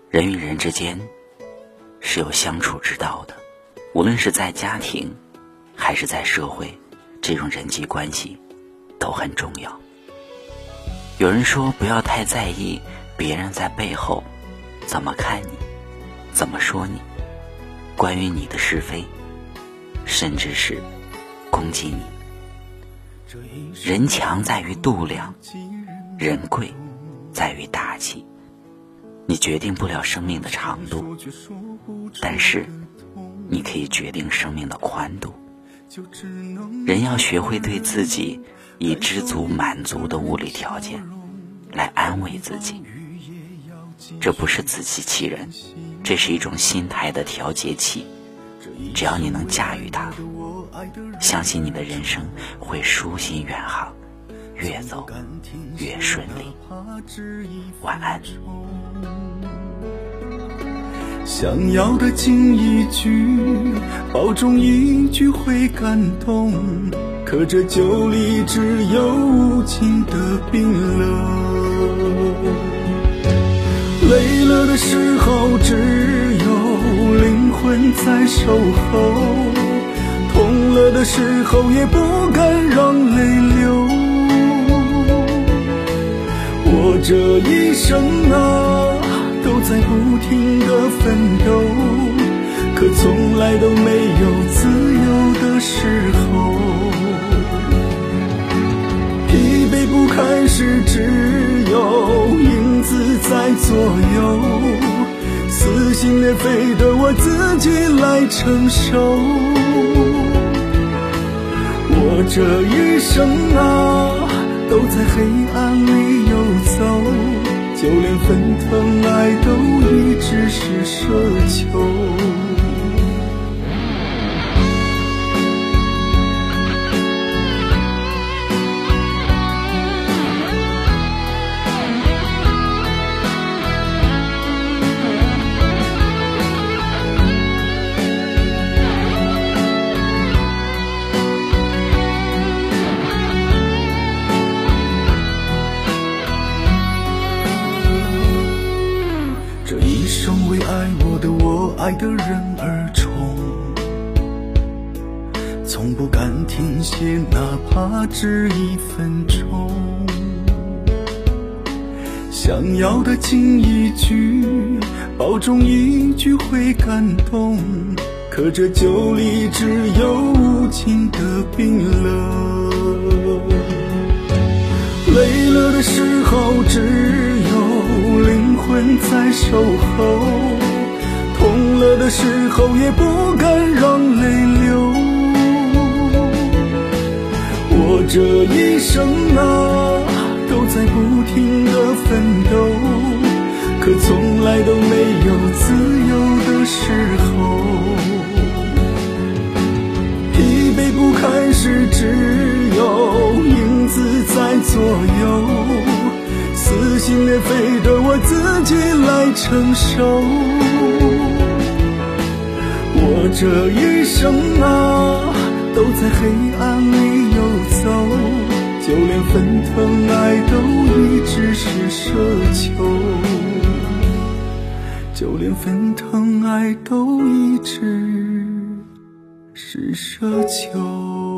人与人之间是有相处之道的，无论是在家庭还是在社会，这种人际关系都很重要。有人说不要太在意别人在背后怎么看你，怎么说你，关于你的是非，甚至是攻击你。人强在于度量，人贵在于大气。你决定不了生命的长度，但是你可以决定生命的宽度。人要学会对自己以知足满足的物理条件来安慰自己，这不是自欺欺人，这是一种心态的调节器。只要你能驾驭它，相信你的人生会舒心远航，越走越顺利。晚安。 想要的近一句，保重一句会感动，可这酒里只有无尽的冰冷。累了的时候只有灵魂在守候，痛了的时候也不敢让泪流。我这一生啊都在不停地奋斗，可从来都没有自由的时候。疲惫不堪时只有影子在左右，撕心裂肺的我自己来承受。我这一生啊都在黑暗里游走，就连沸腾爱都一直是奢求。为爱我的我爱的人而冲，从不敢停歇，哪怕只一分钟。想要的近一句，保重一句会感动，可这酒里只有无尽的冰冷。累了的时候只有灵魂在守候，痛了的时候也不敢让泪流。我这一生啊都在不停地奋斗，可从来都没有自由的时候。疲惫不堪时只有影子在左右，撕心裂肺的我自己来承受。我这一生啊都在黑暗里游走，就连沸腾爱都一直是奢求，就连沸腾爱都一直是奢求。